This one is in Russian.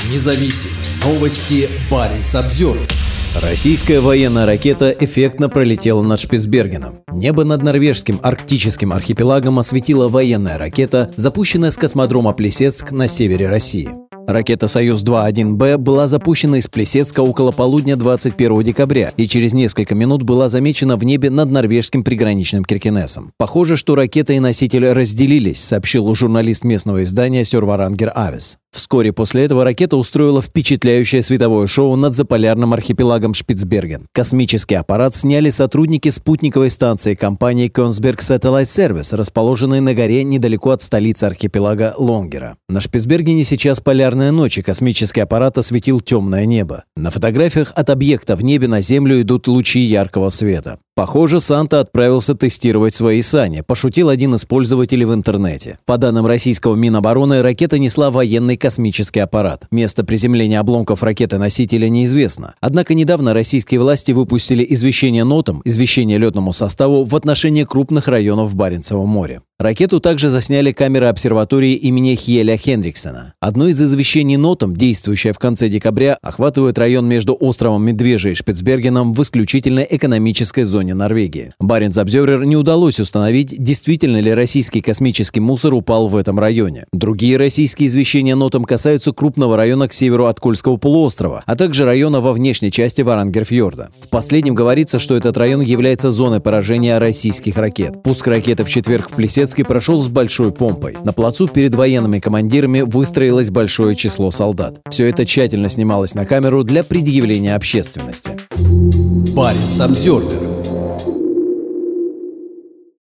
Независимые новости. Баренц-Обзервер. Российская военная ракета эффектно пролетела над Шпицбергеном. Небо над норвежским арктическим архипелагом осветила военная ракета, запущенная с космодрома Плесецк на севере России. Ракета «Союз-2-1Б» была запущена из Плесецка около полудня 21 декабря и через несколько минут была замечена в небе над норвежским приграничным Киркенесом. Похоже, что ракета и носитель разделились, сообщил журналист местного издания Сёрварангер Авис. Вскоре после этого ракета устроила впечатляющее световое шоу над заполярным архипелагом Шпицберген. Космический аппарат сняли сотрудники спутниковой станции компании Kongsberg Satellite Service, расположенной на горе недалеко от столицы архипелага Лонгера. На Шпицбергене сейчас полярная ночь, и космический аппарат осветил темное небо. На фотографиях от объекта в небе на Землю идут лучи яркого света. Похоже, Санта отправился тестировать свои сани, пошутил один из пользователей в интернете. По данным российского Минобороны, ракета несла военный космический аппарат. Место приземления обломков ракеты-носителя неизвестно. Однако недавно российские власти выпустили извещение НОТАМ, извещение летному составу в отношении крупных районов в Баренцевом море. Ракету также засняли камеры обсерватории имени Хьеля Хенриксена. Одно из извещений НОТАМ, действующее в конце декабря, охватывает район между островом Медвежий и Шпицбергеном в исключительной экономической зоне Норвегии. Баренц-Обзервер не удалось установить, действительно ли российский космический мусор упал в этом районе. Другие российские извещения НОТАМ касаются крупного района к северу от Кольского полуострова, а также района во внешней части Варангерфьорда. В последнем говорится, что этот район является зоной поражения российских ракет. Пуск ракеты в четверг в Плесецке прошел с большой помпой. На плацу перед военными командирами выстроилось большое число солдат. Все это тщательно снималось на камеру для предъявления общественности. Баренц-Обзервер.